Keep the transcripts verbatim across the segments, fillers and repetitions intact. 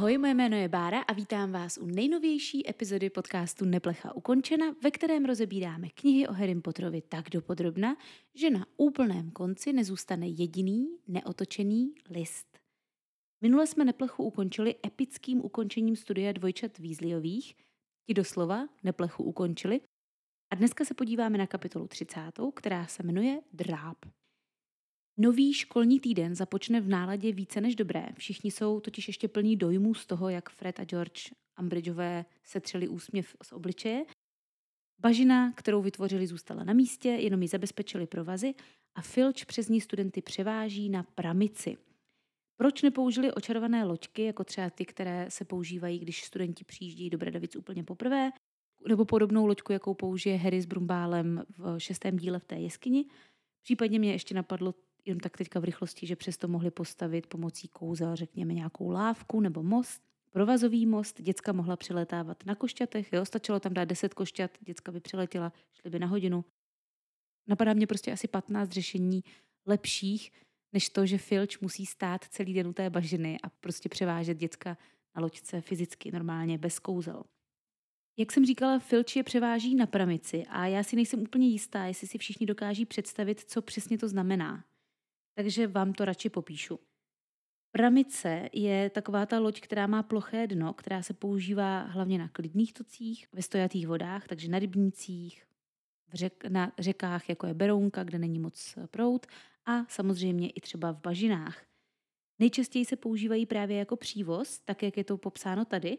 Ahoj, moje jméno je Bára a vítám vás u nejnovější epizody podcastu Neplecha ukončena, ve kterém rozebíráme knihy o Harrym Potterovi tak dopodrobna, že na úplném konci nezůstane jediný neotočený list. Minule jsme Neplechu ukončili epickým ukončením studia dvojčat Weasleyových, ti doslova Neplechu ukončili, a dneska se podíváme na kapitolu třicátou, která se jmenuje Dráp. Nový školní týden započne v náladě více než dobré. Všichni jsou totiž ještě plní dojmů z toho, jak Fred a George Umbridgeové setřeli úsměv z obličeje. Bažina, kterou vytvořili, zůstala na místě, jenom ji zabezpečili provazy a Filch přes ní studenty převáží na pramici. Proč nepoužili očarované loďky, jako třeba ty, které se používají, když studenti přijíždějí do Bradavic úplně poprvé, nebo podobnou loďku, jakou použije Harry s Brumbálem v šestém díle v té jeskyni? Případně mě ještě napadlo jenom tak teďka v rychlosti, že přesto mohli postavit pomocí kouzel, řekněme, nějakou lávku nebo most. Provazový most, děcka mohla přiletávat na košťatech, jo, stačilo tam dát deset košťat, děcka by přiletěla, šly by na hodinu. Napadá mě prostě asi patnáct řešení lepších, než to, že Filch musí stát celý den u té bažiny a prostě převážet děcka na loďce fyzicky, normálně, bez kouzel. Jak jsem říkala, Filch je převáží na pramici a já si nejsem úplně jistá, jestli si všichni dokáží představit, co přesně to znamená. Takže vám to radši popíšu. Pramice je taková ta loď, která má ploché dno, která se používá hlavně na klidných tocích, ve stojatých vodách, takže na rybnících, v řek, na řekách, jako je Berounka, kde není moc proud, a samozřejmě i třeba v bažinách. Nejčastěji se používají právě jako přívoz, tak jak je to popsáno tady.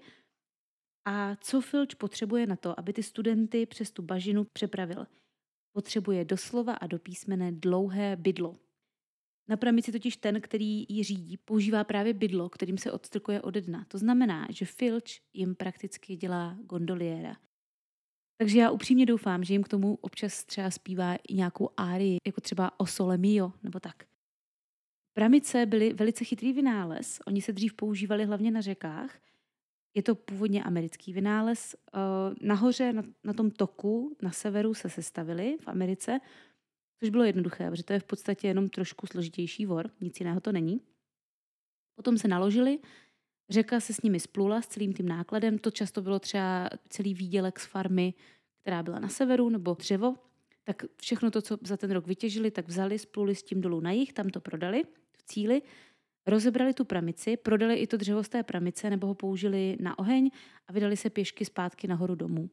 A co Filch potřebuje na to, aby ty studenty přes tu bažinu přepravil? Potřebuje doslova a do písmene dlouhé bydlo. Na pramici totiž ten, který ji řídí, používá právě bydlo, kterým se odstrkuje ode dna. To znamená, že Filch jim prakticky dělá gondoliéra. Takže já upřímně doufám, že jim k tomu občas třeba zpívá i nějakou árii, jako třeba O Sole Mio, nebo tak. Pramice byly velice chytrý vynález. Oni se dřív používali hlavně na řekách. Je to původně americký vynález. Nahoře na, na tom toku na severu se sestavili v Americe, což bylo jednoduché, protože to je v podstatě jenom trošku složitější vor, nic jiného to není. Potom se naložili, řeka se s nimi splula s celým tím nákladem, to často bylo třeba celý výdělek z farmy, která byla na severu, nebo dřevo, tak všechno to, co za ten rok vytěžili, tak vzali, spluli s tím dolů na jih, tam to prodali v cíli, rozebrali tu pramici, prodali i to dřevo z té pramice, nebo ho použili na oheň a vydali se pěšky zpátky nahoru domů.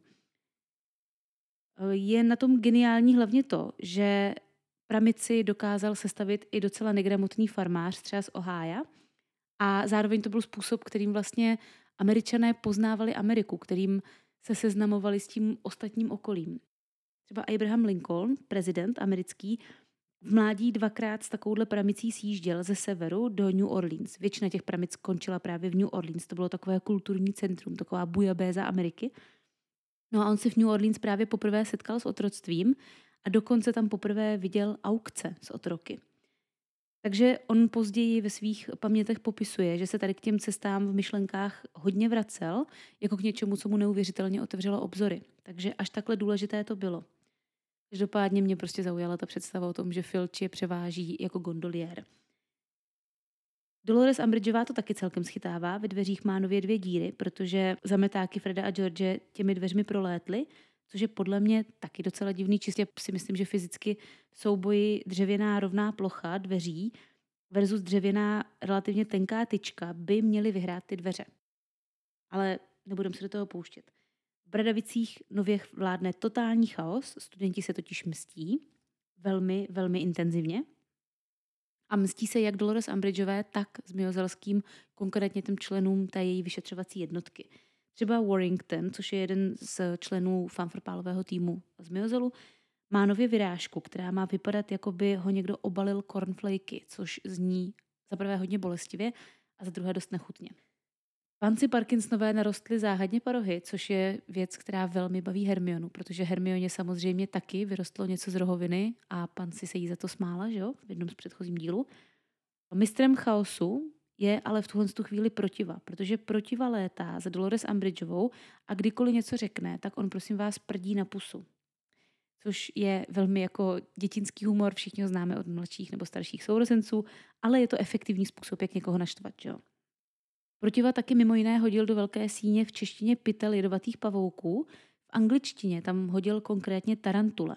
Je na tom geniální hlavně to, že pramici dokázal sestavit i docela negramotný farmář třeba z Ohája a zároveň to byl způsob, kterým vlastně Američané poznávali Ameriku, kterým se seznamovali s tím ostatním okolím. Třeba Abraham Lincoln, prezident americký, v mládí dvakrát s takovouhle pramicí sjížděl ze severu do New Orleans. Většina těch pramic končila právě v New Orleans. To bylo takové kulturní centrum, taková bujabéza Ameriky. No a on se v New Orleans právě poprvé setkal s otroctvím a dokonce tam poprvé viděl aukce s otroky. Takže on později ve svých pamětech popisuje, že se tady k těm cestám v myšlenkách hodně vracel, jako k něčemu, co mu neuvěřitelně otevřelo obzory. Takže až takhle důležité to bylo. Každopádně mě prostě zaujala ta představa o tom, že Filch je převáží jako gondoliér. Dolores Umbridgeová to taky celkem schytává, ve dveřích má nově dvě díry, protože zametáky Freda a George těmi dveřmi prolétly, což je podle mě taky docela divný, čistě si myslím, že fyzicky v souboji dřevěná rovná plocha dveří versus dřevěná relativně tenká tyčka by měly vyhrát ty dveře. Ale nebudeme se do toho pouštět. V Bradavicích nově vládne totální chaos, studenti se totiž mstí velmi, velmi intenzivně. A mstí se jak Dolores Umbridgeové, tak s Miozelským, konkrétně těm členům té její vyšetřovací jednotky. Třeba Warrington, což je jeden z členů fanfarpálového týmu z Miozelu, má nově vyrážku, která má vypadat, jako by ho někdo obalil cornflakey, což zní za prvé hodně bolestivě a za druhé dost nechutně. Panci Parkinsonové narostly záhadně parohy, což je věc, která velmi baví Hermionu, protože Hermioně samozřejmě taky vyrostlo něco z rohoviny a Panci se jí za to smála, že jo, v jednom z předchozím dílu. Mistrem chaosu je ale v tuhle chvíli Protiva, protože Protiva létá za Dolores Umbridgeovou a kdykoliv něco řekne, tak on prosím vás prdí na pusu. Což je velmi jako dětinský humor, všichni ho známe od mladších nebo starších sourozenců, ale je to efektivní způsob, jak někoho naštvat, že jo. Protiva taky mimo jiné hodil do velké síně v češtině pytel jedovatých pavouků, v angličtině tam hodil konkrétně tarantule.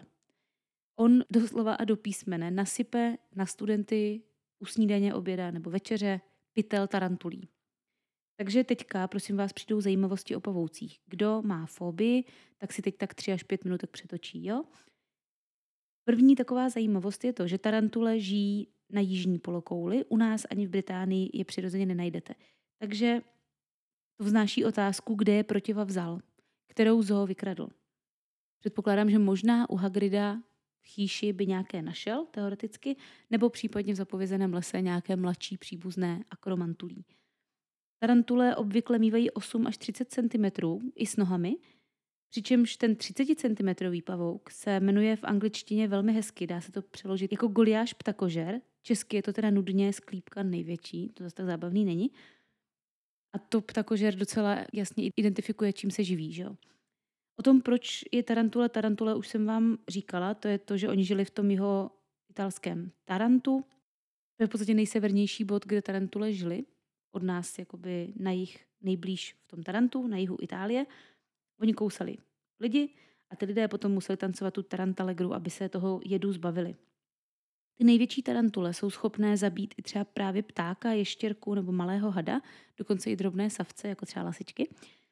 On doslova a do písmene nasype na studenty u snídaně, oběda nebo večeře pytel tarantulí. Takže teďka, prosím vás, přijdou zajímavosti o pavoucích. Kdo má fobii, tak si teď tak tři až pět minutek přetočí, jo? První taková zajímavost je to, že tarantule žijí na jižní polokouli, u nás ani v Británii je přirozeně nenajdete. Takže to vznáší otázku, kde je Protiva vzal, kterou zoo vykradl. Předpokládám, že možná u Hagrida v chýši by nějaké našel, teoreticky, nebo případně v zapovězeném lese nějaké mladší příbuzné akromantulí. Tarantule obvykle mývají osm až třicet centimetrů i s nohami, přičemž ten třicet centimetrový pavouk se jmenuje v angličtině velmi hezky, dá se to přeložit jako Goliáš ptakožer, česky je to teda nudně sklípka největší, to zase tak zábavný není. A to ptakožer docela jasně identifikuje, čím se živí, že jo. O tom, proč je tarantule tarantule, už jsem vám říkala, to je to, že oni žili v tom jeho italském Tarantu. To je v podstatě nejsevernější bod, kde tarantule žili. Od nás jakoby na jih nejblíž v tom Tarantu, na jihu Itálie. Oni kousali lidi a ty lidé potom museli tancovat tu tarantalegru, aby se toho jedu zbavili. Ty největší tarantule jsou schopné zabít i třeba právě ptáka, ještěrku nebo malého hada, dokonce i drobné savce, jako třeba lasičky.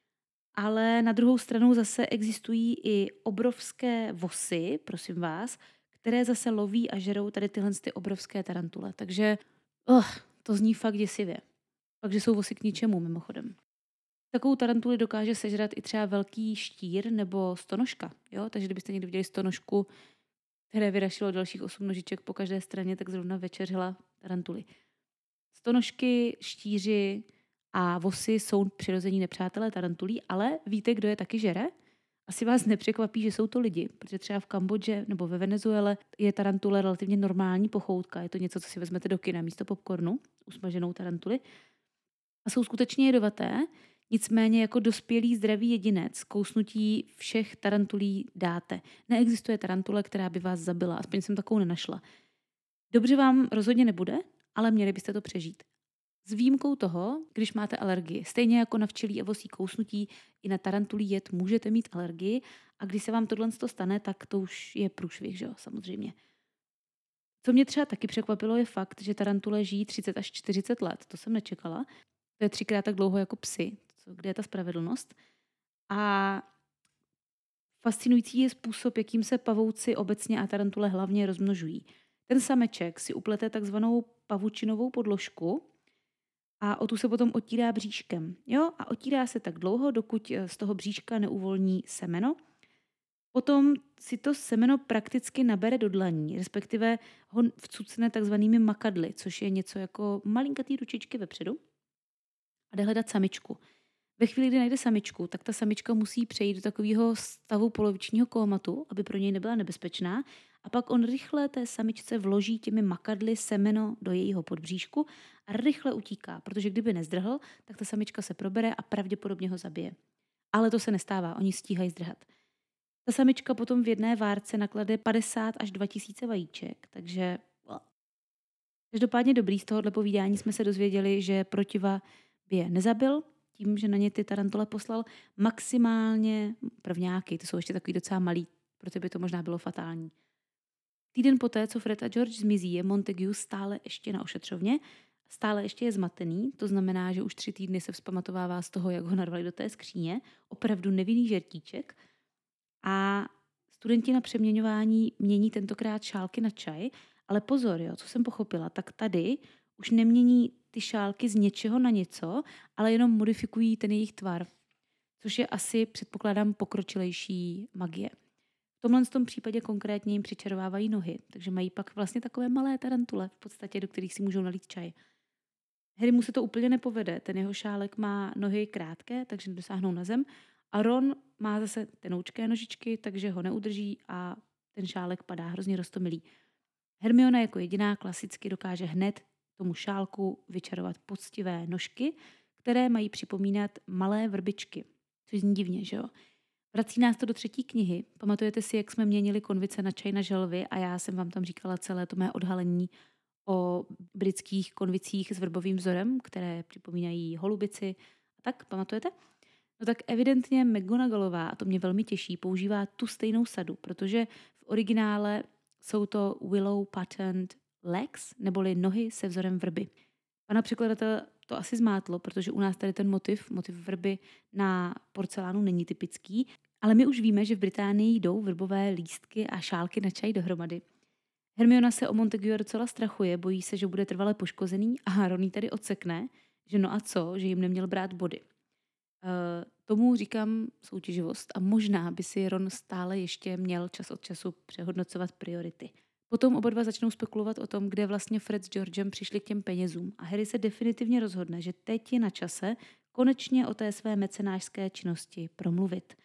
Ale na druhou stranu zase existují i obrovské vosy, prosím vás, které zase loví a žerou tady tyhle ty obrovské tarantule. Takže oh, to zní fakt děsivě. Takže jsou vosy k ničemu mimochodem. Takovou tarantuli dokáže sežrat i třeba velký štír nebo stonožka. Jo? Takže kdybyste někdy viděli stonožku, které vyrašilo dalších osm nožiček po každé straně, tak zrovna večeřila tarantuly. Stonožky, štíři a vosy jsou přirození nepřátelé tarantulí, ale víte, kdo je taky žere? Asi vás nepřekvapí, že jsou to lidi, protože třeba v Kambodži nebo ve Venezuele je tarantule relativně normální pochoutka. Je to něco, co si vezmete do kina místo popcornu, usmaženou tarantuli. A jsou skutečně jedovaté, nicméně jako dospělý zdravý jedinec kousnutí všech tarantulí dáte. Neexistuje tarantule, která by vás zabila, aspoň jsem takovou nenašla. Dobře vám rozhodně nebude, ale měli byste to přežít. S výjimkou toho, když máte alergii. Stejně jako na včelí a vosí kousnutí, i na tarantulí jed můžete mít alergii a když se vám tohle stane, tak to už je průšvih, že jo, samozřejmě. Co mě třeba taky překvapilo je fakt, že tarantule žijí třicet až čtyřicet let. To jsem nečekala. To je třikrát tak dlouho jako psy. Kde je ta spravedlnost? A fascinující je způsob, jakým se pavouci obecně a tarantule hlavně rozmnožují. Ten sameček si uplete takzvanou pavučinovou podložku a o tu se potom otírá bříškem. Jo? A otírá se tak dlouho, dokud z toho bříška neuvolní semeno. Potom si to semeno prakticky nabere do dlaní, respektive ho vcucne takzvanými makadly, což je něco jako malinkatý ručičky vepředu a jde hledat samičku. Ve chvíli, kdy najde samičku, tak ta samička musí přejít do takového stavu polovičního kómatu, aby pro něj nebyla nebezpečná, a pak on rychle té samičce vloží těmi makadly semeno do jejího podbříšku a rychle utíká, protože kdyby nezdrhl, tak ta samička se probere a pravděpodobně ho zabije. Ale to se nestává, oni stíhají zdrhat. Ta samička potom v jedné várce naklade padesát až dva tisíce vajíček, takže každopádně dobrý, z tohohle povídání jsme se dozvěděli, že Protiva by je nezabil, tím, že na ně ty tarantule poslal maximálně prvňáky, ty jsou ještě takový docela malý, proto by to možná bylo fatální. Týden poté, co Fred a George zmizí, je Montague stále ještě na ošetřovně, stále ještě je zmatený, to znamená, že už tři týdny se vzpamatovává z toho, jak ho narvali do té skříně, opravdu nevinný žertíček. A studenti na přeměňování mění tentokrát šálky na čaj, ale pozor, jo, co jsem pochopila, tak tady už nemění ty šálky z něčeho na něco, ale jenom modifikují ten jejich tvar, což je asi, předpokládám, pokročilejší magie. V tomhle tom případě konkrétně jim přičarovávají nohy, takže mají pak vlastně takové malé tarantule, v podstatě, do kterých si můžou nalít čaj. Harrymu se to úplně nepovede, ten jeho šálek má nohy krátké, takže nedosáhnou na zem, a Ron má zase tenoučké nožičky, takže ho neudrží a ten šálek padá hrozně roztomilý. Hermiona jako jediná klasicky dokáže hned tomu šálku vyčarovat poctivé nožky, které mají připomínat malé vrbičky. Což zní divně, že jo? Vrací nás to do třetí knihy. Pamatujete si, jak jsme měnili konvice na čaj na želvy a já jsem vám tam říkala celé to mé odhalení o britských konvicích s vrbovým vzorem, které připomínají holubici. A tak, pamatujete? No tak evidentně McGonagallová, a to mě velmi těší, používá tu stejnou sadu, protože v originále jsou to willow patterned legs, neboli nohy se vzorem vrby. Pana překladatele to asi zmátlo, protože u nás tady ten motiv, motiv vrby na porcelánu není typický, ale my už víme, že v Británii jdou vrbové lístky a šálky na čaj dohromady. Hermiona se o Montague docela strachuje, bojí se, že bude trvale poškozený a Ron jí tady odsekne, že no a co, že jim neměl brát body. Uh, tomu říkám soutěživost a možná by si Ron stále ještě měl čas od času přehodnocovat priority. Potom oba dva začnou spekulovat o tom, kde vlastně Fred s Georgem přišli k těm penězům a Harry se definitivně rozhodne, že teď je na čase konečně o té své mecenášské činnosti promluvit.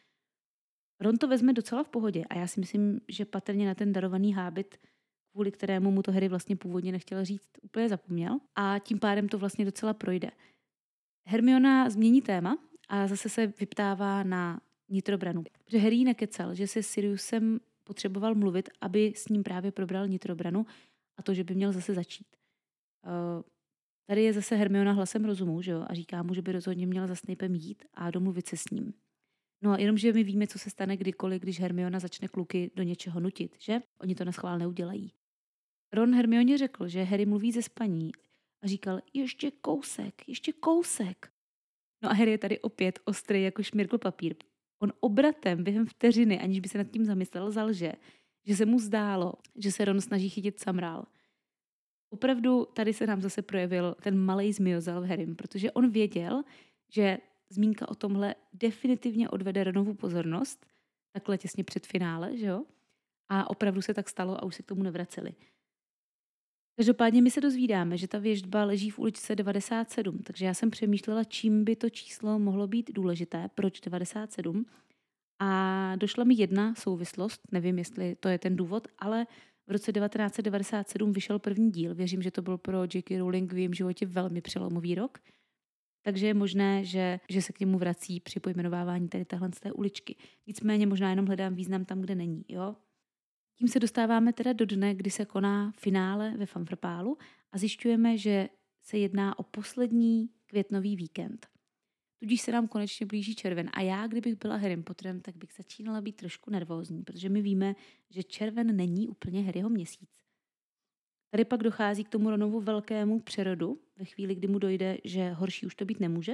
Ron to vezme docela v pohodě a já si myslím, že patrně na ten darovaný hábit, kvůli kterému mu to Harry vlastně původně nechtěl říct, úplně zapomněl a tím pádem to vlastně docela projde. Hermiona změní téma a zase se vyptává na nitrobranu. Protože Harry nekecal, že se Siriusem potřeboval mluvit, aby s ním právě probral nitrobranu a to, že by měl zase začít. Uh, tady je zase Hermiona hlasem rozumu, že jo? A říká mu, že by rozhodně měl za Snapem jít a domluvit se s ním. No a jenomže my víme, co se stane kdykoliv, když Hermiona začne kluky do něčeho nutit, že? Oni to naschvál neudělají. Ron Hermioně řekl, že Harry mluví ze spaní a říkal, ještě kousek, ještě kousek. No a Harry je tady opět ostrý jako šmirkl papír. On obratem během vteřiny, aniž by se nad tím zamyslel, zalže, že se mu zdálo, že se Ron snaží chytit samrál. Opravdu tady se nám zase projevil ten malej zmiozel v Harrym, protože on věděl, že zmínka o tomhle definitivně odvede Ronovu pozornost, takhle těsně před finále, že jo? A opravdu se tak stalo a už se k tomu nevraceli. Každopádně my se dozvídáme, že ta věžba leží v uličce devadesát sedm, takže já jsem přemýšlela, čím by to číslo mohlo být důležité, proč devadesát sedm. A došla mi jedna souvislost, nevím, jestli to je ten důvod, ale v roce devatenáct set devadesát sedm vyšel první díl. Věřím, že to byl pro J K. Rowling v jejím životě velmi přelomový rok. Takže je možné, že, že se k němu vrací při pojmenovávání tady téhle z té uličky. Nicméně možná jenom hledám význam tam, kde není, jo? Tím se dostáváme teda do dne, kdy se koná finále ve Fumfrpálu a zjišťujeme, že se jedná o poslední květnový víkend. Tudíž se nám konečně blíží červen a já, kdybych byla Harrym Potterem, tak bych začínala být trošku nervózní, protože my víme, že červen není úplně Harryho měsíc. Tady pak dochází k tomu Ronovu velkému přerodu, ve chvíli, kdy mu dojde, že horší už to být nemůže.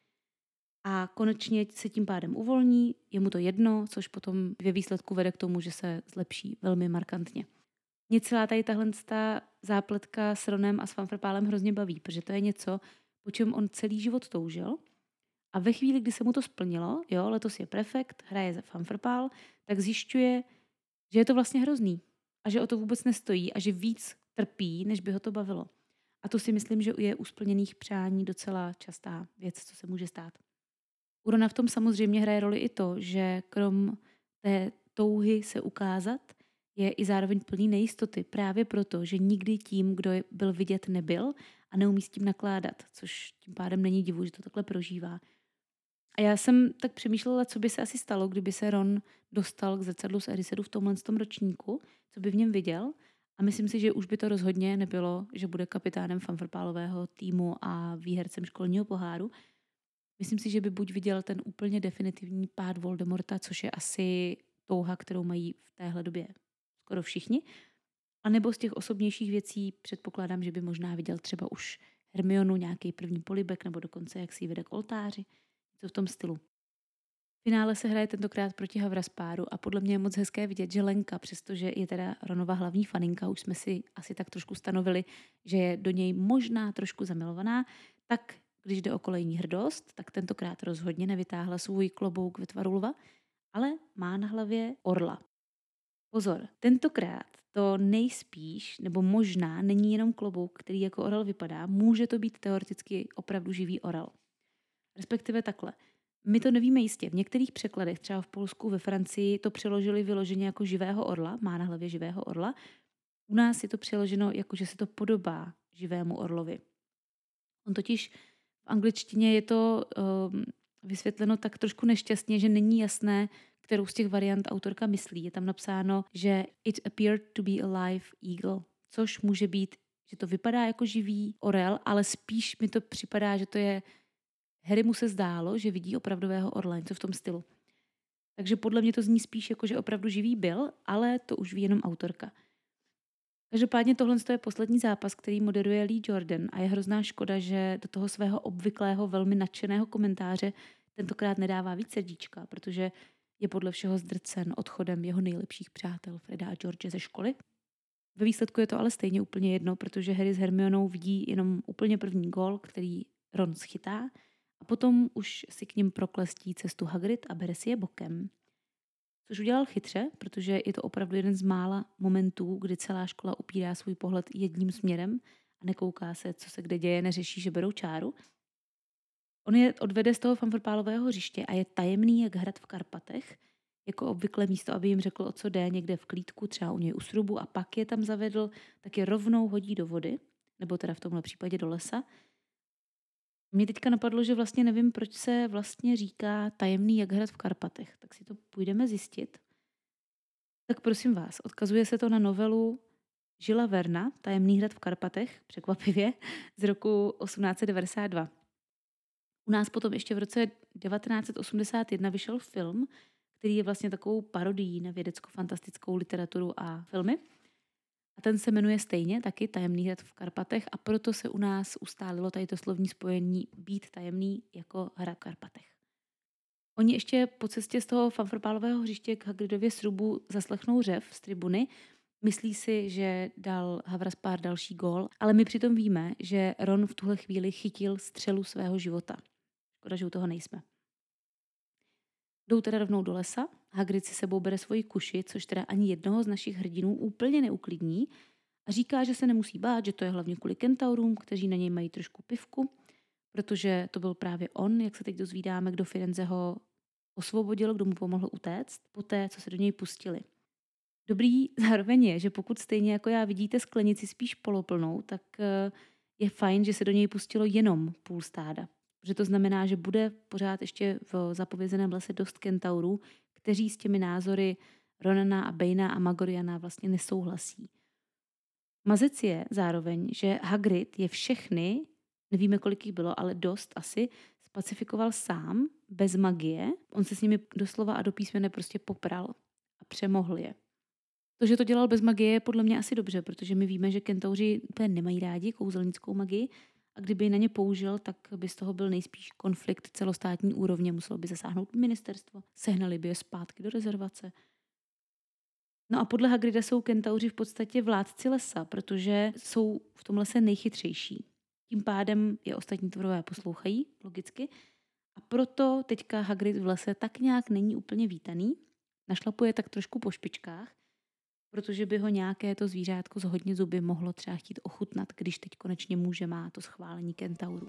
A konečně se tím pádem uvolní, je mu to jedno, což potom ve výsledku vede k tomu, že se zlepší velmi markantně. Mě celá tady tahle zápletka s Ronem a s Fumfrpálem hrozně baví, protože to je něco, po čem on celý život toužil. A ve chvíli, kdy se mu to splnilo, jo, letos je prefekt, hraje za Fumfrpál, tak zjišťuje, že je to vlastně hrozný a že o to vůbec nestojí a že víc trpí, než by ho to bavilo. A to si myslím, že je u splněných přání docela častá věc, co se může stát. U Rona v tom samozřejmě hraje roli i to, že krom té touhy se ukázat, je i zároveň plný nejistoty. Právě proto, že nikdy tím, kdo byl vidět, nebyl a neumí s tím nakládat, což tím pádem není divu, že to takhle prožívá. A já jsem tak přemýšlela, co by se asi stalo, kdyby se Ron dostal k zrcadlu z Erissedu v tomhle tom ročníku, co by v něm viděl. A myslím si, že už by to rozhodně nebylo, že bude kapitánem Fumfrpálového týmu a výhercem školního poháru. Myslím si, že by buď viděl ten úplně definitivní pád Voldemorta, což je asi touha, kterou mají v téhle době skoro všichni, anebo z těch osobnějších věcí předpokládám, že by možná viděl třeba už Hermionu, nějaký první polibek, nebo dokonce jak si ji vede k oltáři, něco v tom stylu. V finále se hraje tentokrát proti Havraspáru a podle mě je moc hezké vidět, že Lenka, přestože je teda Ronova hlavní faninka, už jsme si asi tak trošku stanovili, že je do něj možná trošku zamilovaná, tak když jde o kolejní hrdost, tak tentokrát rozhodně nevytáhla svůj klobouk ve tvaru lva, ale má na hlavě orla. Pozor, tentokrát to nejspíš, nebo možná není jenom klobouk, který jako orel vypadá, může to být teoreticky opravdu živý orel. Respektive takhle. My to nevíme jistě. V některých překladech, třeba v Polsku, ve Francii, to přeložili vyloženě jako živého orla, má na hlavě živého orla. U nás je to přeloženo jako, že se to podobá živému orlovi. On totiž v angličtině je to um, vysvětleno tak trošku nešťastně, že není jasné, kterou z těch variant autorka myslí. Je tam napsáno, že it appeared to be a live eagle, což může být že to vypadá jako živý orel, ale spíš mi to připadá, že to je, Harry mu se zdálo, že vidí opravdového orla, něco v tom stylu. Takže podle mě to zní spíš jako, že opravdu živý byl, ale to už ví jenom autorka. Každopádně tohle je poslední zápas, který moderuje Lee Jordan a je hrozná škoda, že do toho svého obvyklého velmi nadšeného komentáře tentokrát nedává víc srdíčka, protože je podle všeho zdrcen odchodem jeho nejlepších přátel Freda a George ze školy. Ve výsledku je to ale stejně úplně jedno, protože Harry s Hermionou vidí jenom úplně první gól, který Ron schytá a potom už si k ním proklestí cestu Hagrid a bere si je bokem. Což udělal chytře, protože je to opravdu jeden z mála momentů, kdy celá škola upírá svůj pohled jedním směrem a nekouká se, co se kde děje, neřeší, že berou čáru. On je odvede z toho fanfarpálového hřiště a je tajemný jak hrad v Karpatech, jako obvykle místo, aby jim řekl, o co jde, někde v klídku, třeba u něj u srubu a pak je tam zavedl, tak je rovnou hodí do vody, nebo teda v tomhle případě do lesa. Mně teďka napadlo, že vlastně nevím, proč se vlastně říká tajemný jak hrad v Karpatech, tak si to půjdeme zjistit. Tak prosím vás, odkazuje se to na novelu Žila Verna, Tajemný hrad v Karpatech, překvapivě, z roku osmnáct set devadesát dva. U nás potom ještě v roce devatenáct set osmdesát jedna vyšel film, který je vlastně takovou parodií na vědecko-fantastickou literaturu a filmy. A ten se jmenuje stejně, taky Tajemný hrad v Karpatech a proto se u nás ustálilo tady to slovní spojení být tajemný jako hrad v Karpatech. Oni ještě po cestě z toho fanfarpálového hřiště k Hagridově srubu zaslechnou řev z tribuny. Myslí si, že dal Havras pár další gól, ale my přitom víme, že Ron v tuhle chvíli chytil střelu svého života. Škoda, že u toho nejsme. Jdou teda rovnou do lesa, Hagrid si sebou bere svoji kuši, což teda ani jednoho z našich hrdinů úplně neuklidní a říká, že se nemusí bát, že to je hlavně kvůli kentaurům, kteří na něj mají trošku pivku, protože to byl právě on, jak se teď dozvídáme, kdo Firenze ho osvobodil, kdo mu pomohl utéct, poté, co se do něj pustili. Dobrý zároveň je, že pokud stejně jako já vidíte sklenici spíš poloplnou, tak je fajn, že se do něj pustilo jenom půl stáda. Protože to znamená, že bude pořád ještě v zapovězeném lese dost kentaurů, kteří s těmi názory Ronana a Baina a Magoriana vlastně nesouhlasí. Mazec je zároveň, že Hagrid je všechny, nevíme, kolik jich bylo, ale dost asi, spacifikoval sám, bez magie. On se s nimi doslova a do písmene prostě popral a přemohl je. To, že to dělal bez magie, je podle mě asi dobře, protože my víme, že kentauři úplně nemají rádi kouzelnickou magii a kdyby ji na ně použil, tak by z toho byl nejspíš konflikt celostátní úrovně, muselo by zasáhnout ministerstvo, sehnali by je zpátky do rezervace. No a podle Hagrida jsou kentauři v podstatě vládci lesa, protože jsou v tom lese nejchytřejší. Tím pádem je ostatní tvorové poslouchají, logicky, a proto teďka Hagrid v lese tak nějak není úplně vítaný, našlapuje tak trošku po špičkách, protože by ho nějaké to zvířátko s hodně zuby mohlo třeba chtít ochutnat, když teď konečně může, má to schválení kentaurů.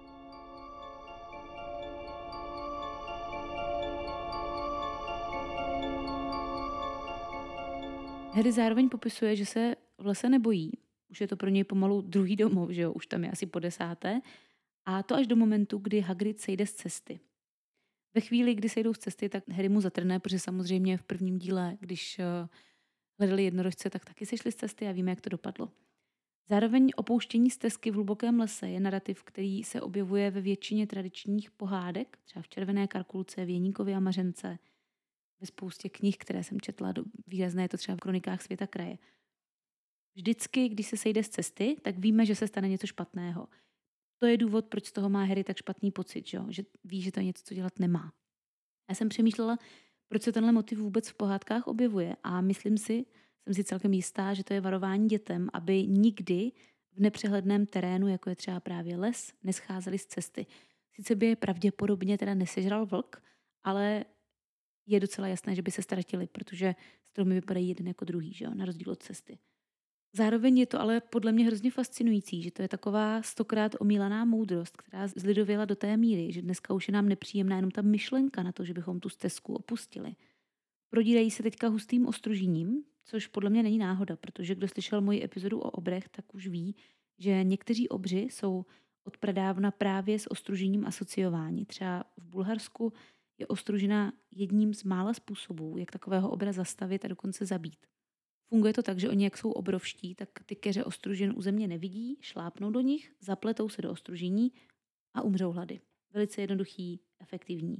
Harry zároveň popisuje, že se v lese nebojí. Už je to pro něj pomalu druhý domov, že jo? Už tam je asi po desáté. A to až do momentu, kdy Hagrid sejde z cesty. Ve chvíli, kdy sejdou z cesty, tak Harry mu zatrne, protože samozřejmě v prvním díle, když hledali jednorožce, tak taky sešli z cesty a víme, jak to dopadlo. Zároveň opouštění stezky v hlubokém lese je narrativ, který se objevuje ve většině tradičních pohádek, třeba v Červené Karkulce, Věníkovi a Mařence, ve spoustě knih, které jsem četla, výrazné je to třeba v Kronikách světa kraje. Vždycky, když se sejde z cesty, tak víme, že se stane něco špatného. To je důvod, proč z toho má Harry tak špatný pocit, že, že ví, že to je něco, co dělat nemá. Já jsem přemýšlela, proč se tenhle motiv vůbec v pohádkách objevuje a myslím si, jsem si celkem jistá, že to je varování dětem, aby nikdy v nepřehledném terénu, jako je třeba právě les, nescházeli z cesty. Sice by je pravděpodobně teda nesežral vlk, ale je docela jasné, že by se ztratili, protože stromy vypadají jeden jako druhý, že jo, na rozdíl od cesty. Zároveň je to ale podle mě hrozně fascinující, že to je taková stokrát omílaná moudrost, která zlidověla do té míry, že dneska už je nám nepříjemná jenom ta myšlenka na to, že bychom tu stezku opustili. Prodírají se teďka hustým ostružíním, což podle mě není náhoda, protože kdo slyšel moji epizodu o obrech, tak už ví, že někteří obři jsou od pradávna právě s ostružením asociováni. Třeba v Bulharsku je ostružina jedním z mála způsobů, jak takového obra zastavit a dokonce zabít. Funguje to tak, že oni, jak jsou obrovští, tak ty keře ostružin u země nevidí, šlápnou do nich, zapletou se do ostružení a umřou hlady. Velice jednoduchý, efektivní.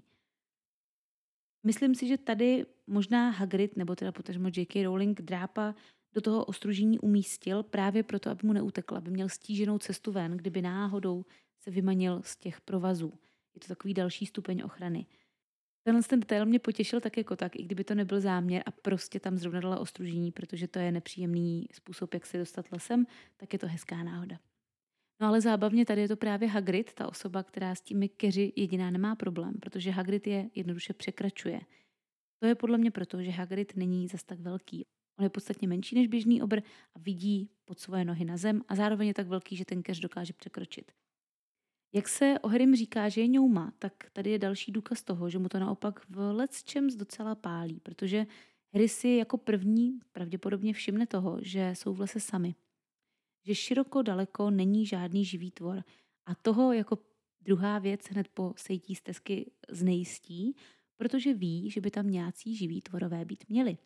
Myslím si, že tady možná Hagrid, nebo teda potažmo J K. Rowling, drápa do toho ostružení umístil právě proto, aby mu neutekl, aby měl stíženou cestu ven, kdyby náhodou se vymanil z těch provazů. Je to takový další stupeň ochrany. Tenhle ten detail mě potěšil tak jako tak, i kdyby to nebyl záměr a prostě tam zrovna dala ostružení, protože to je nepříjemný způsob, jak se dostat lesem, tak je to hezká náhoda. No ale zábavně tady je to právě Hagrid, ta osoba, která s těmi keři jediná nemá problém, protože Hagrid je jednoduše překračuje. To je podle mě proto, že Hagrid není zas tak velký. On je podstatně menší než běžný obr a vidí pod svoje nohy na zem a zároveň je tak velký, že ten keř dokáže překročit. Jak se o Harrym říká, že je ňouma, tak tady je další důkaz toho, že mu to naopak v lecčems docela pálí, protože Harry si jako první pravděpodobně všimne toho, že jsou v lese sami. Že široko daleko není žádný živý tvor a toho jako druhá věc hned po sejtí stezky znejistí, protože ví, že by tam nějací živí tvorové být měli.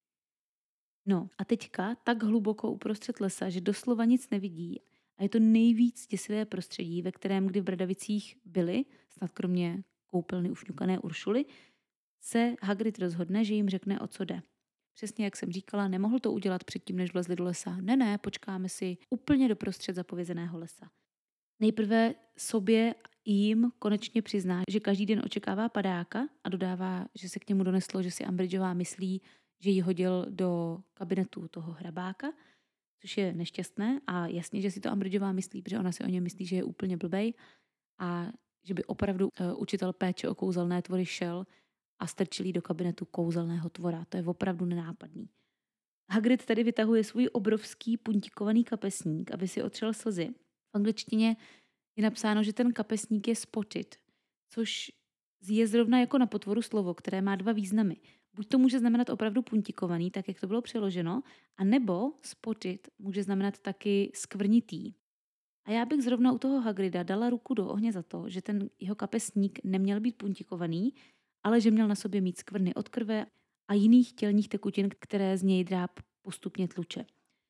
No a teďka tak hluboko uprostřed lesa, že doslova nic nevidí a je to nejvíc děsivé prostředí, ve kterém kdy v Bradavicích byli, snad kromě koupelny ufňukané Uršuly, se Hagrid rozhodne, že jim řekne, o co jde. Přesně jak jsem říkala, nemohl to udělat předtím, než vlezli do lesa. Ne, ne, počkáme si úplně doprostřed zapovězeného lesa. Nejprve sobě i jim konečně přizná, že každý den očekává padáka a dodává, že se k němu doneslo, že si Umbridgeová myslí, že ji hodil do kabinetu toho hrabáka, což je nešťastné a jasně, že si to Umbridgeová myslí, protože ona si o něm myslí, že je úplně blbej a že by opravdu uh, učitel péče o kouzelné tvory šel a strčil jí do kabinetu kouzelného tvora. To je opravdu nenápadný. Hagrid tady vytahuje svůj obrovský puntíkovaný kapesník, aby si otřel slzy. V angličtině je napsáno, že ten kapesník je spotted, což je zrovna jako na potvoru slovo, které má dva významy. Buď to může znamenat opravdu puntíkovaný, tak jak to bylo přeloženo, a nebo spotted může znamenat taky skvrnitý. A já bych zrovna u toho Hagrida dala ruku do ohně za to, že ten jeho kapesník neměl být puntíkovaný, ale že měl na sobě mít skvrny od krve a jiných tělních tekutin, které z něj dráp postupně tluče.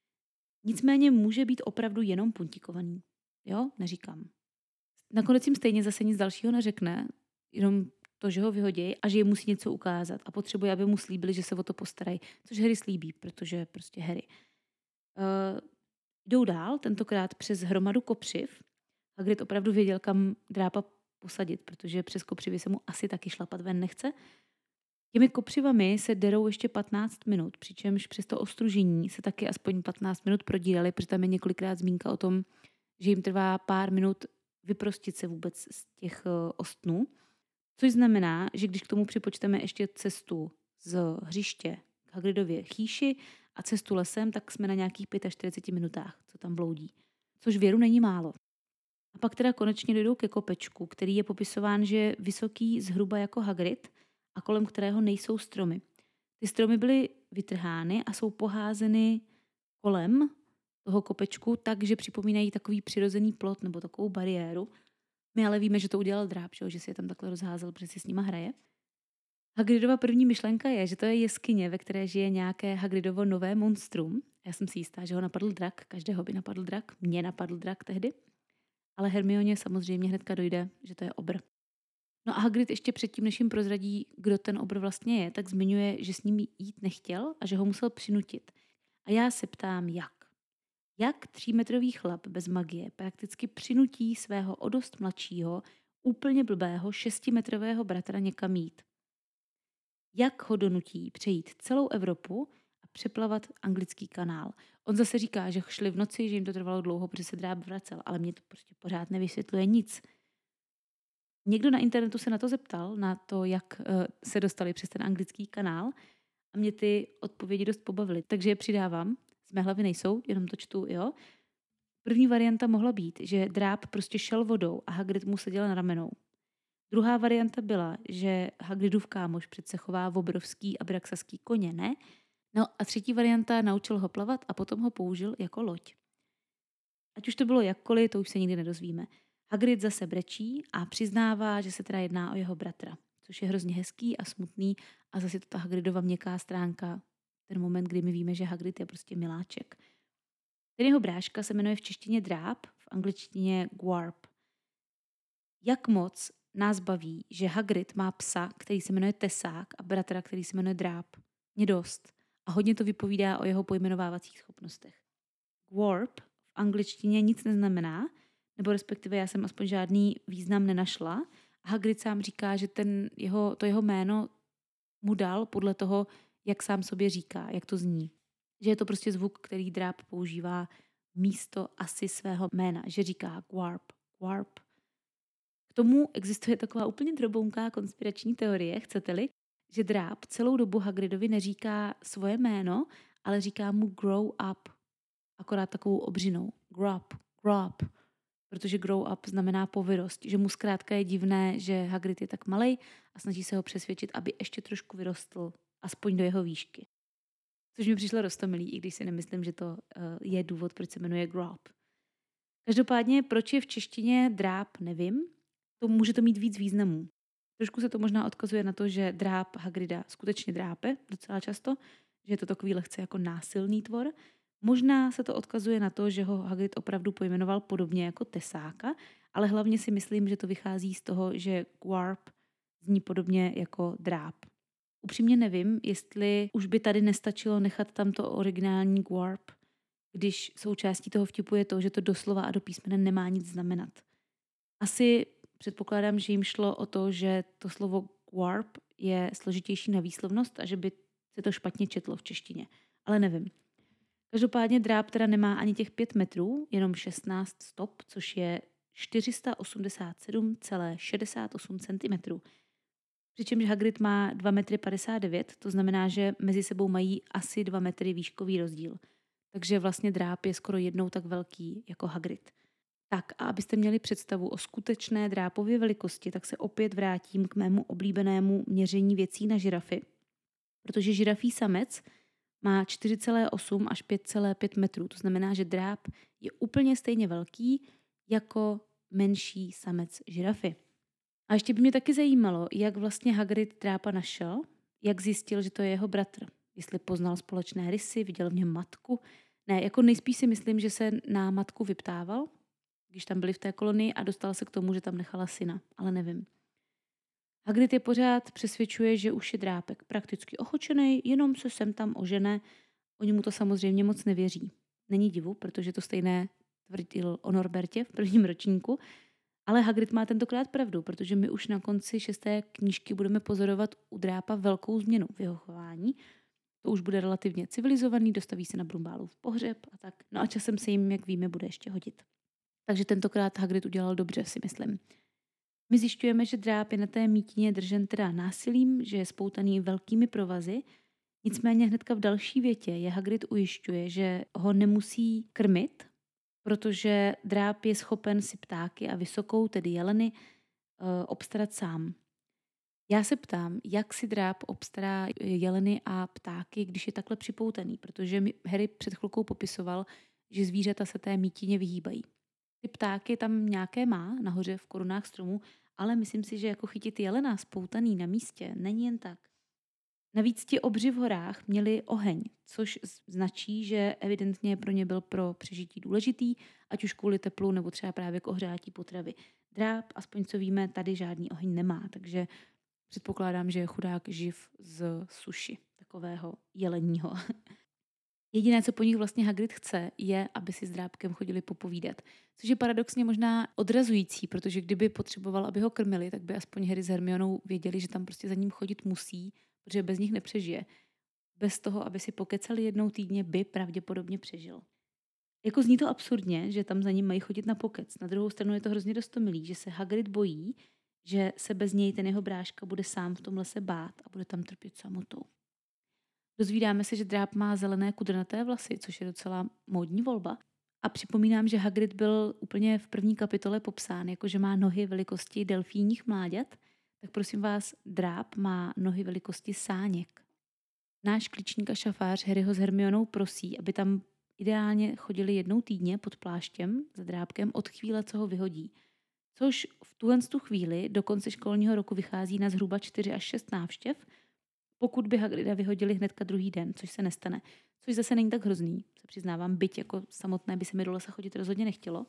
Nicméně může být opravdu jenom puntíkovaný. Jo, neříkám. Nakonec jim stejně zase nic dalšího neřekne, jenom to, že ho vyhodí a že jim musí něco ukázat a potřebuje, aby mu slíbili, že se o to postarají, což Harry slíbí, protože prostě Harry. Uh, jdou dál, tentokrát přes hromadu kopřiv. Hagrid opravdu věděl, kam drápa posadit, protože přes kopřivy se mu asi taky šlapat ven nechce. Těmi kopřivami se derou ještě patnáct minut, přičemž přes to ostružení se taky aspoň patnáct minut prodírali, protože tam je několikrát zmínka o tom, že jim trvá pár minut vyprostit se vůbec z těch uh, ostnů. Což znamená, že když k tomu připočteme ještě cestu z hřiště k Hagridově chýši a cestu lesem, tak jsme na nějakých čtyřiceti pěti minutách, co tam bloudí. Což věru není málo. A pak teda konečně dojdou ke kopečku, který je popisován, že je vysoký zhruba jako Hagrid a kolem kterého nejsou stromy. Ty stromy byly vytrhány a jsou poházeny kolem toho kopečku tak, že připomínají takový přirozený plot nebo takovou bariéru. My ale víme, že to udělal dráp, že si je tam takhle rozházel, protože si s nima hraje. Hagridova první myšlenka je, že to je jeskyně, ve které žije nějaké Hagridovo nové monstrum. Já jsem si jistá, že ho napadl drak, každého by napadl drak, mě napadl drak tehdy. Ale Hermioně samozřejmě hnedka dojde, že to je obr. No a Hagrid ještě předtím, než jim prozradí, kdo ten obr vlastně je, tak zmiňuje, že s ním jít nechtěl a že ho musel přinutit. A já se ptám, jak. Jak třímetrový chlap bez magie prakticky přinutí svého o dost mladšího, úplně blbého šestimetrového bratra někam jít? Jak ho donutí přejít celou Evropu a přeplavat anglický kanál? On zase říká, že šli v noci, že jim to trvalo dlouho, protože se dráp vracel, ale mě to prostě pořád nevysvětluje nic. Někdo na internetu se na to zeptal, na to, jak uh, se dostali přes ten anglický kanál a mě ty odpovědi dost pobavily, takže je přidávám. Z mé hlavy nejsou, jenom to čtu, jo. První varianta mohla být, že dráp prostě šel vodou a Hagrid mu seděl na ramenou. Druhá varianta byla, že Hagridův kámoš přece chová obrovský abraxaský koně, ne? No a třetí varianta, naučil ho plavat a potom ho použil jako loď. Ať už to bylo jakkoliv, to už se nikdy nedozvíme. Hagrid zase brečí a přiznává, že se teda jedná o jeho bratra, což je hrozně hezký a smutný a zase to ta Hagridova měkká stránka ten moment, kdy my víme, že Hagrid je prostě miláček. Ten jeho bráška se jmenuje v češtině Dráb, v angličtině Gwarp. Jak moc nás baví, že Hagrid má psa, který se jmenuje Tesák a bratra, který se jmenuje Dráb. Mě dost. A hodně to vypovídá o jeho pojmenovávacích schopnostech. Gwarp v angličtině nic neznamená, nebo respektive já jsem aspoň žádný význam nenašla. A Hagrid sám říká, že ten jeho, to jeho jméno mu dal podle toho, jak sám sobě říká, jak to zní. Že je to prostě zvuk, který Dráb používá místo asi svého jména, že říká Gwarp, Gwarp. K tomu existuje taková úplně drobounká konspirační teorie, chcete-li, že Dráb celou dobu Hagridovi neříká svoje jméno, ale říká mu grow up, akorát takovou obřinou. Grow up, grow up. Protože grow up znamená povyrost, že mu zkrátka je divné, že Hagrid je tak malej a snaží se ho přesvědčit, aby ještě trošku vyrostl, aspoň do jeho výšky. Což mi přišlo roztomilý, i když si nemyslím, že to uh, je důvod, proč se jmenuje grow up. Každopádně, proč je v češtině Dráb, nevím. To může to mít víc významů. Trošku se to možná odkazuje na to, že Dráb Hagrida skutečně drápe docela často, že je to takový lehce jako násilný tvor. Možná se to odkazuje na to, že ho Hagrid opravdu pojmenoval podobně jako Tesáka, ale hlavně si myslím, že to vychází z toho, že Gwarp zní podobně jako Dráb. Upřímně nevím, jestli už by tady nestačilo nechat tam to originální Gwarp, když součástí toho vtipu je to, že to doslova a do písmene nemá nic znamenat. Asi předpokládám, že jim šlo o to, že to slovo Gwarp je složitější na výslovnost a že by se to špatně četlo v češtině. Ale nevím. Každopádně Dráb teda nemá ani těch pět metrů, jenom šestnáct stop, což je čtyři sta osmdesát sedm celá šedesát osm centimetrů. Přičemž Hagrid má dva metry padesát devět, to znamená, že mezi sebou mají asi dva metry výškový rozdíl. Takže vlastně Dráb je skoro jednou tak velký jako Hagrid. Tak a abyste měli představu o skutečné drápově velikosti, tak se opět vrátím k mému oblíbenému měření věcí na žirafy. Protože žirafí samec má čtyři celá osm až pět celá pět metrů. To znamená, že Dráb je úplně stejně velký jako menší samec žirafy. A ještě by mě taky zajímalo, jak vlastně Hagrid Drápa našel, jak zjistil, že to je jeho bratr. Jestli poznal společné rysy, viděl v něm matku. Ne, jako nejspíš si myslím, že se na matku vyptával, když tam byli v té kolonii a dostal se k tomu, že tam nechala syna, ale nevím. Hagrid je pořád přesvědčuje, že už je Drápek prakticky ochočený, jenom se sem tam ožene. Oni mu to samozřejmě moc nevěří. Není divu, protože to stejné tvrdil o Norbertě v prvním ročníku, ale Hagrid má tentokrát pravdu, protože my už na konci šesté knížky budeme pozorovat u Drápa velkou změnu v jeho chování. To už bude relativně civilizovaný, dostaví se na Brumbálův pohřeb a tak. No a časem se jim, jak víme, bude ještě hodit. Takže tentokrát Hagrid udělal dobře, si myslím. My zjišťujeme, že Dráb je na té mítině držen teda násilím, že je spoutaný velkými provazy. Nicméně hnedka v další větě je Hagrid ujišťuje, že ho nemusí krmit, protože Dráb je schopen si ptáky a vysokou, tedy jeleny, obstarat sám. Já se ptám, jak si Dráb obstará jeleny a ptáky, když je takhle připoutaný, protože mi Harry před chvilkou popisoval, že zvířata se té mítině vyhýbají. Ty ptáky tam nějaké má nahoře v korunách stromů, ale myslím si, že jako chytit jelena spoutaný na místě není jen tak. Navíc ti obři v horách měli oheň, což značí, že evidentně pro ně byl pro přežití důležitý, ať už kvůli teplu nebo třeba právě k ohřátí potravy. Dráb, aspoň co víme, tady žádný oheň nemá, takže předpokládám, že je chudák živ z suši, takového jeleního. Jediné, co po nich vlastně Hagrid chce, je, aby si s Drábkem chodili popovídat. Což je paradoxně možná odrazující, protože kdyby potřeboval, aby ho krmili, tak by aspoň Harry s Hermionou věděli, že tam prostě za ním chodit musí, protože bez nich nepřežije. Bez toho, aby si pokecali jednou týdně, by pravděpodobně přežil. Jako zní to absurdně, že tam za ním mají chodit na pokec. Na druhou stranu je to hrozně roztomilý, že se Hagrid bojí, že se bez něj ten jeho bráška bude sám v tom lese bát a bude tam trpět samotou. Dozvídáme se, že Dráb má zelené kudrnaté vlasy, což je docela módní volba. A připomínám, že Hagrid byl úplně v první kapitole popsán, jakože má nohy velikosti delfínních mláďat, tak prosím vás, Dráb má nohy velikosti sáněk. Náš klíčník a šafář Harryho s Hermionou prosí, aby tam ideálně chodili jednou týdně pod pláštěm za Drábkem od chvíle, co ho vyhodí. Což v tuhle tu chvíli do konce školního roku vychází na zhruba čtyři až šest návštěv, pokud by Hagrida vyhodili hnedka druhý den, což se nestane. Což zase není tak hrozný, se přiznávám, byť jako samotné by se mi do lesa chodit rozhodně nechtělo.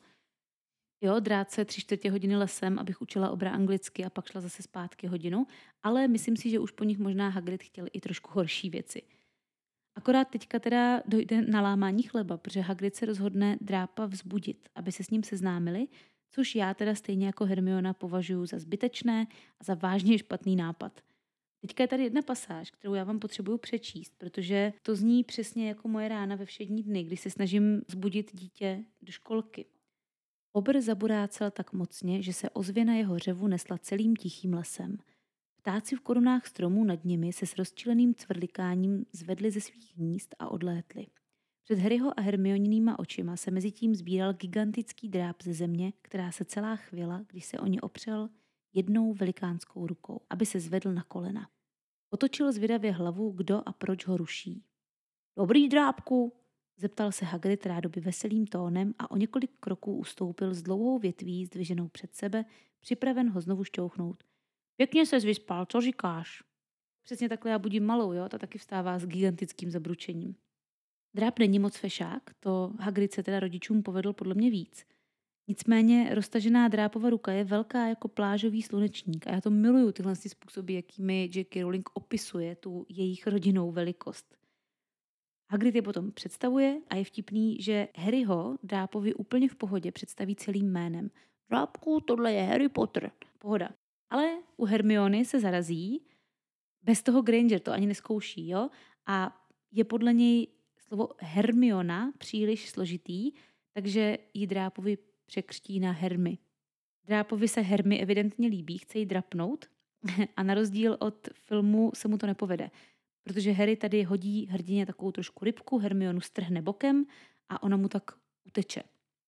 Jo, drát se tři čtvrtě hodiny lesem, abych učila obra anglicky a pak šla zase zpátky hodinu, ale myslím si, že už po nich možná Hagrid chtěl i trošku horší věci. Akorát teďka teda dojde na lámání chleba, protože Hagrid se rozhodne drápa vzbudit, aby se s ním seznámili, což já teda stejně jako Hermiona považuji za zbytečné a za vážně špatný nápad. Teďka je tady jedna pasáž, kterou já vám potřebuju přečíst, protože to zní přesně jako moje rána ve všední dny, kdy se snažím vzbudit dítě do školky. Obr zaburácel tak mocně, že se ozvěna jeho řevu nesla celým tichým lesem. Ptáci v korunách stromů nad nimi se s rozčileným cvrlikáním zvedli ze svých hnízd a odlétli. Před Harryho a Hermioninýma očima se mezitím sbíral gigantický dráp ze země, která se celá chvěla, když se o ně opřel jednou velikánskou rukou, aby se zvedl na kolena. Otočil zvědavě hlavu, kdo a proč ho ruší. Dobrý drápku, zeptal se Hagrid rádoby veselým tónem a o několik kroků ustoupil s dlouhou větví zdviženou před sebe, připraven ho znovu šťouchnout. Pěkně ses vyspal, co říkáš? Přesně takhle já budím malou, jo, ta taky vstává s gigantickým zabručením. Dráp není moc fešák, to Hagrid se teda rodičům povedl podle mě víc. Nicméně roztažená drápova ruka je velká jako plážový slunečník a já to miluju tyhle způsoby, jakými J K. Rowling opisuje tu jejich rodinnou velikost. Hagrid je potom představuje a je vtipný, že Harryho drápovi úplně v pohodě představí celým jménem. Drápku, tohle je Harry Potter. Pohoda. Ale u Hermiony se zarazí, bez toho Granger to ani neskouší, jo? A je podle něj slovo Hermiona příliš složitý, takže ji drápovi překřtí na Hermy. Drápovi se Hermy evidentně líbí, chce ji drapnout a na rozdíl od filmu se mu to nepovede, protože Harry tady hodí hrdině takovou trošku rybku, Hermionu strhne bokem a ona mu tak uteče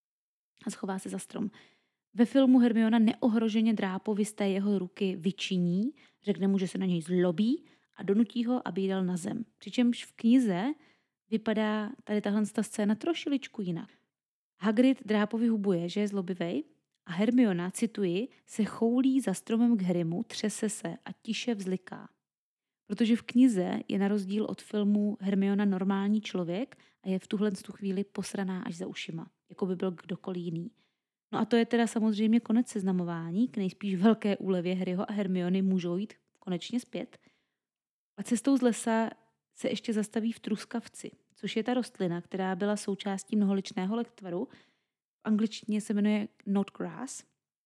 a schová se za strom. Ve filmu Hermiona neohroženě drápovi z té jeho ruky vyčiní, řekne mu, že se na něj zlobí a donutí ho, aby ji dal na zem. Přičemž v knize vypadá tady tahle scéna trošiličku jinak. Hagrid drápovi hubuje, že je zlobivej a Hermiona, cituji, se choulí za stromem k Harrymu, třese se a tiše vzliká. Protože v knize je na rozdíl od filmu Hermiona normální člověk a je v tuhle tu chvíli posraná až za ušima, jako by byl kdokoliv jiný. No a to je teda samozřejmě konec seznamování, k nejspíš velké úlevě Harryho a Hermiony můžou jít konečně zpět. A cestou z lesa se ještě zastaví v truskavci, což je ta rostlina, která byla součástí mnoholičného lektvaru. V angličtině se jmenuje knotgrass.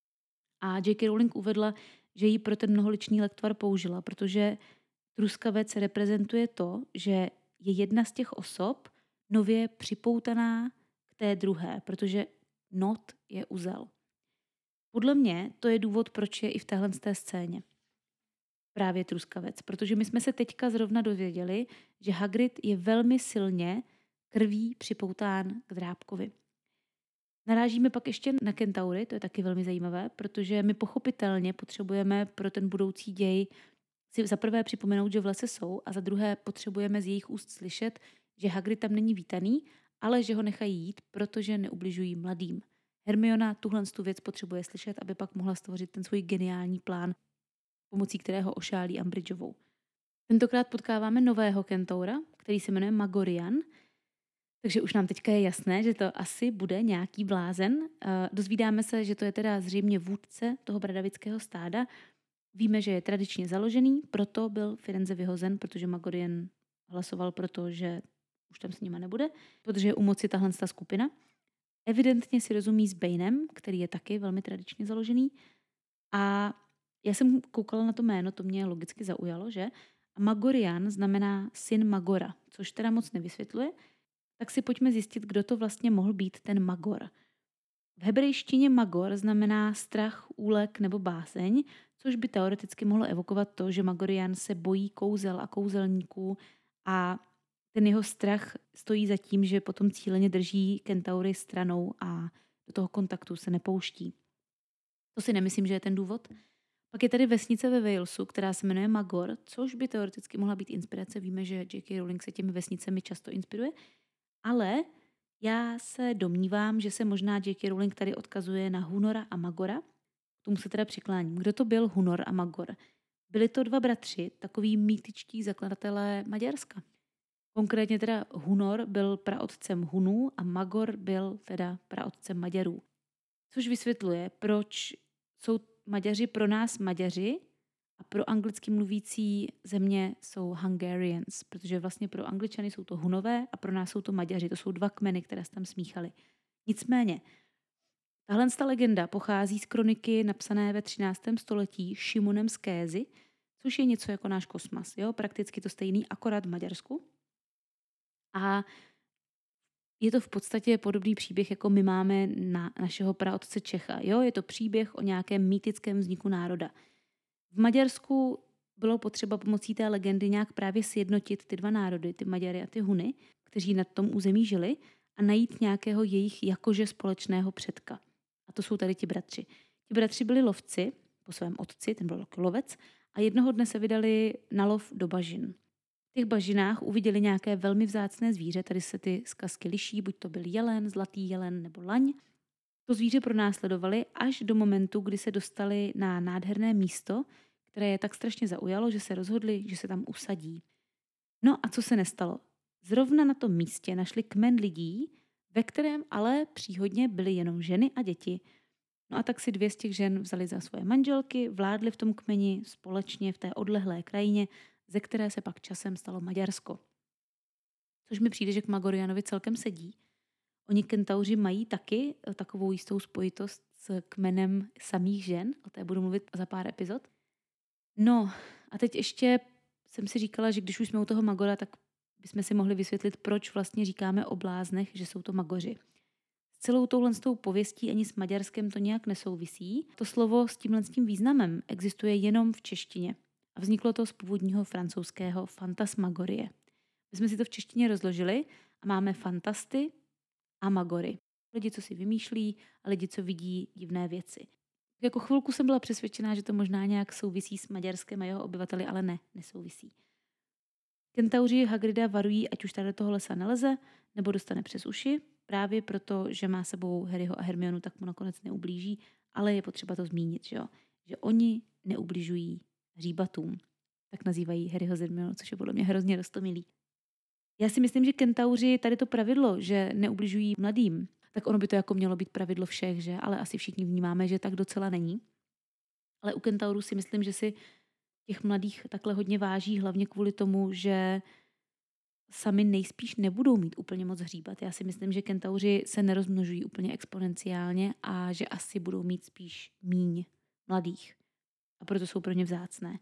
A J K. Rowling uvedla, že ji pro ten mnoholičný lektvar použila, protože truskavec reprezentuje to, že je jedna z těch osob nově připoutaná k té druhé, protože not je uzel. Podle mě to je důvod, proč je i v téhle té scéně právě truskavec, protože my jsme se teďka zrovna dověděli, že Hagrid je velmi silně krví připoután k drápkovi. Narážíme pak ještě na kentaury, to je taky velmi zajímavé, protože my pochopitelně potřebujeme pro ten budoucí děj si za prvé připomenout, že v lese jsou a za druhé potřebujeme z jejich úst slyšet, že Hagrid tam není vítaný, ale že ho nechají jít, protože neubližují mladým. Hermiona tuhle tu věc potřebuje slyšet, aby pak mohla stvořit ten svůj geniální plán, pomocí kterého ošálí Umbridgeovou. Tentokrát potkáváme nového kentaura, který se jmenuje Magorian, takže už nám teďka je jasné, že to asi bude nějaký blázen. Dozvídáme se, že to je teda zřejmě vůdce toho bradavického stáda. Víme, že je tradičně založený, proto byl Firenze vyhozen, protože Magorian hlasoval pro to, že už tam s nima nebude, protože je u moci tahle ta skupina. Evidentně si rozumí s Banem, který je taky velmi tradičně založený. A já jsem koukala na to jméno, to mě logicky zaujalo, že? A Magorian znamená syn Magora, což teda moc nevysvětluje. Tak si pojďme zjistit, kdo to vlastně mohl být ten Magor. V hebrejštině Magor znamená strach, úlek nebo báseň, což by teoreticky mohlo evokovat to, že Magorian se bojí kouzel a kouzelníků a ten jeho strach stojí za tím, že potom cíleně drží kentaury stranou a do toho kontaktu se nepouští. To si nemyslím, že je ten důvod. Pak je tady vesnice ve Walesu, která se jmenuje Magor, což by teoreticky mohla být inspirace. Víme, že J K. Rowling se těmi vesnicemi často inspiruje, ale já se domnívám, že se možná J K. Rowling tady odkazuje na Hunora a Magora. K tomu se teda přikláním. Kdo to byl Hunor a Magor? Byli to dva bratři, takový mýtičtí zakladatelé Maďarska. Konkrétně teda Hunor byl praotcem Hunů a Magor byl teda praotcem Maďarů. Což vysvětluje, proč jsou Maďaři pro nás Maďaři a pro anglicky mluvící země jsou Hungarians, protože vlastně pro Angličany jsou to Hunové a pro nás jsou to Maďaři. To jsou dva kmeny, které se tam smíchaly. Nicméně, tahle legenda pochází z kroniky napsané ve třináctém století Šimonem z Kézy, což je něco jako náš kosmas. Jo? Prakticky to stejný, akorát v Maďarsku. A je to v podstatě podobný příběh, jako my máme na našeho praotce Čecha. Jo? Je to příběh o nějakém mýtickém vzniku národa. V Maďarsku bylo potřeba pomocí té legendy nějak právě sjednotit ty dva národy, ty Maďary a ty Huny, kteří na tom území žili, a najít nějakého jejich jakože společného předka. A to jsou tady ti bratři. Ti bratři byli lovci po svém otci, ten byl lovec, a jednoho dne se vydali na lov do bažin. V těch bažinách uviděli nějaké velmi vzácné zvíře, tady se ty zkazky liší, buď to byl jelen, zlatý jelen nebo laň. To zvíře pronásledovali až do momentu, kdy se dostali na nádherné místo, které je tak strašně zaujalo, že se rozhodli, že se tam usadí. No a co se nestalo? Zrovna na tom místě našli kmen lidí, ve kterém ale příhodně byly jenom ženy a děti. No a tak si dvě z těch žen vzali za svoje manželky, vládli v tom kmeni společně v té odlehlé krajině, ze které se pak časem stalo Maďarsko. Což mi přijde, že k Magorianovi celkem sedí. Oni kentauři mají taky takovou jistou spojitost s kmenem samých žen, o té budu mluvit za pár epizod. No a teď ještě jsem si říkala, že když už jsme u toho Magora, tak bychom si mohli vysvětlit, proč vlastně říkáme o bláznech, že jsou to Magoři. S celou touhle s tou pověstí ani s Maďarskem to nějak nesouvisí. To slovo s tímhle s tím významem existuje jenom v češtině. A vzniklo to z původního francouzského fantasmagorie. My jsme si to v češtině rozložili a máme fantasty a magory. Lidi, co si vymýšlí, a lidi, co vidí divné věci. Jako chvilku jsem byla přesvědčená, že to možná nějak souvisí s Maďarskem a jeho obyvateli, ale ne, nesouvisí. Kentauři Hagrida varují, ať už tady do toho lesa neleze, nebo dostane přes uši, právě proto, že má sebou Harryho a Hermionu, tak mu nakonec neublíží, ale je potřeba to zmínit, že, jo? Že oni neubližují hříbatům. Tak nazývají Harryho s Hermionu, což je podle mě hrozně roztomilý. Já si myslím, že kentauři tady to pravidlo, že neubližují mladým, tak ono by to jako mělo být pravidlo všech, že? Ale asi všichni vnímáme, že tak docela není. Ale u kentaurů si myslím, že si těch mladých takhle hodně váží, hlavně kvůli tomu, že sami nejspíš nebudou mít úplně moc hříbat. Já si myslím, že kentauři se nerozmnožují úplně exponenciálně a že asi budou mít spíš míň mladých. A proto jsou pro ně vzácné.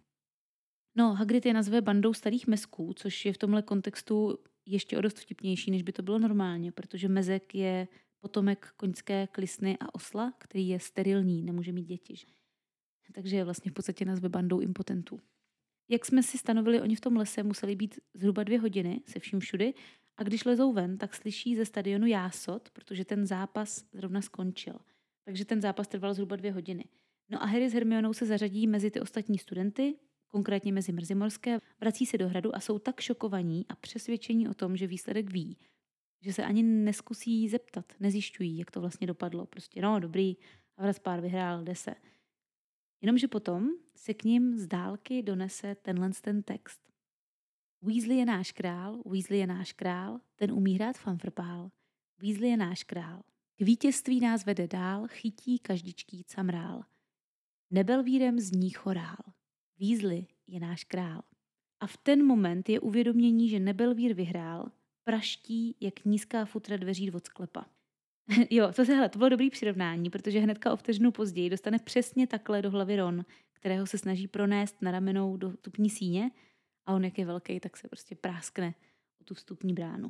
No, Hagrid je nazve bandou starých mezků, což je v tomhle kontextu ještě o dost vtipnější, než by to bylo normálně, protože mezek je potomek koňské klisny a osla, který je sterilní, nemůže mít děti. Takže je vlastně v podstatě nazve bandou impotentů. Jak jsme si stanovili, oni v tom lese museli být zhruba dvě hodiny se vším všudy a když lezou ven, tak slyší ze stadionu jásot, protože ten zápas zrovna skončil. Takže ten zápas trval zhruba dvě hodiny. No a Harry s Hermionou se zařadí mezi ty ostatní studenty, konkrétně mezi mrzimorské, vrací se do hradu a jsou tak šokovaní a přesvědčení o tom, že výsledek ví, že se ani neskusí zeptat, nezjišťují, jak to vlastně dopadlo. Prostě no, dobrý, Havraspár vyhrál, jde se. Jenomže potom se k ním z dálky donese tenhle ten text. Weasley je náš král, Weasley je náš král, ten umí hrát fanfrpál. Weasley je náš král. K vítězství nás vede dál, chytí každičký camrál. Nebelvírem zní chorál. Weasley je náš král. A v ten moment je uvědomění, že Nebelvír vyhrál, praští jak nízká futra dveří od sklepa. Jo, to, se, hele, to bylo dobrý přirovnání, protože hnedka o vteřinu později dostane přesně takhle do hlavy Ron, kterého se snaží pronést na ramenou do vstupní síně a on, jak je velký, tak se prostě práskne o tu vstupní bránu.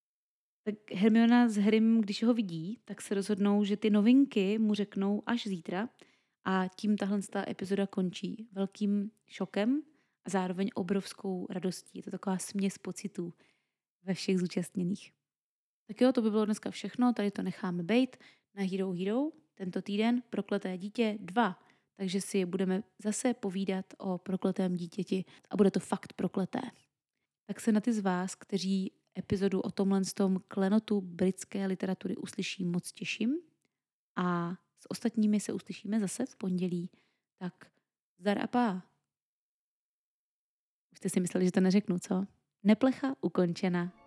Tak Hermiona s Harrym, když ho vidí, tak se rozhodnou, že ty novinky mu řeknou až zítra a tím tahle epizoda končí velkým šokem a zároveň obrovskou radostí. Je to taková směs pocitů ve všech zúčastněných. Tak jo, to by bylo dneska všechno, tady to necháme bejt na Hero Hero, tento týden Prokleté dítě dva, takže si budeme zase povídat o prokletém dítěti a bude to fakt prokleté. Tak se na ty z vás, kteří epizodu o tomhle z tom klenotu britské literatury uslyší, moc těším a s ostatními se uslyšíme zase v pondělí. Tak zdar a pá. Jste si mysleli, že to neřeknu, co? Neplecha ukončena.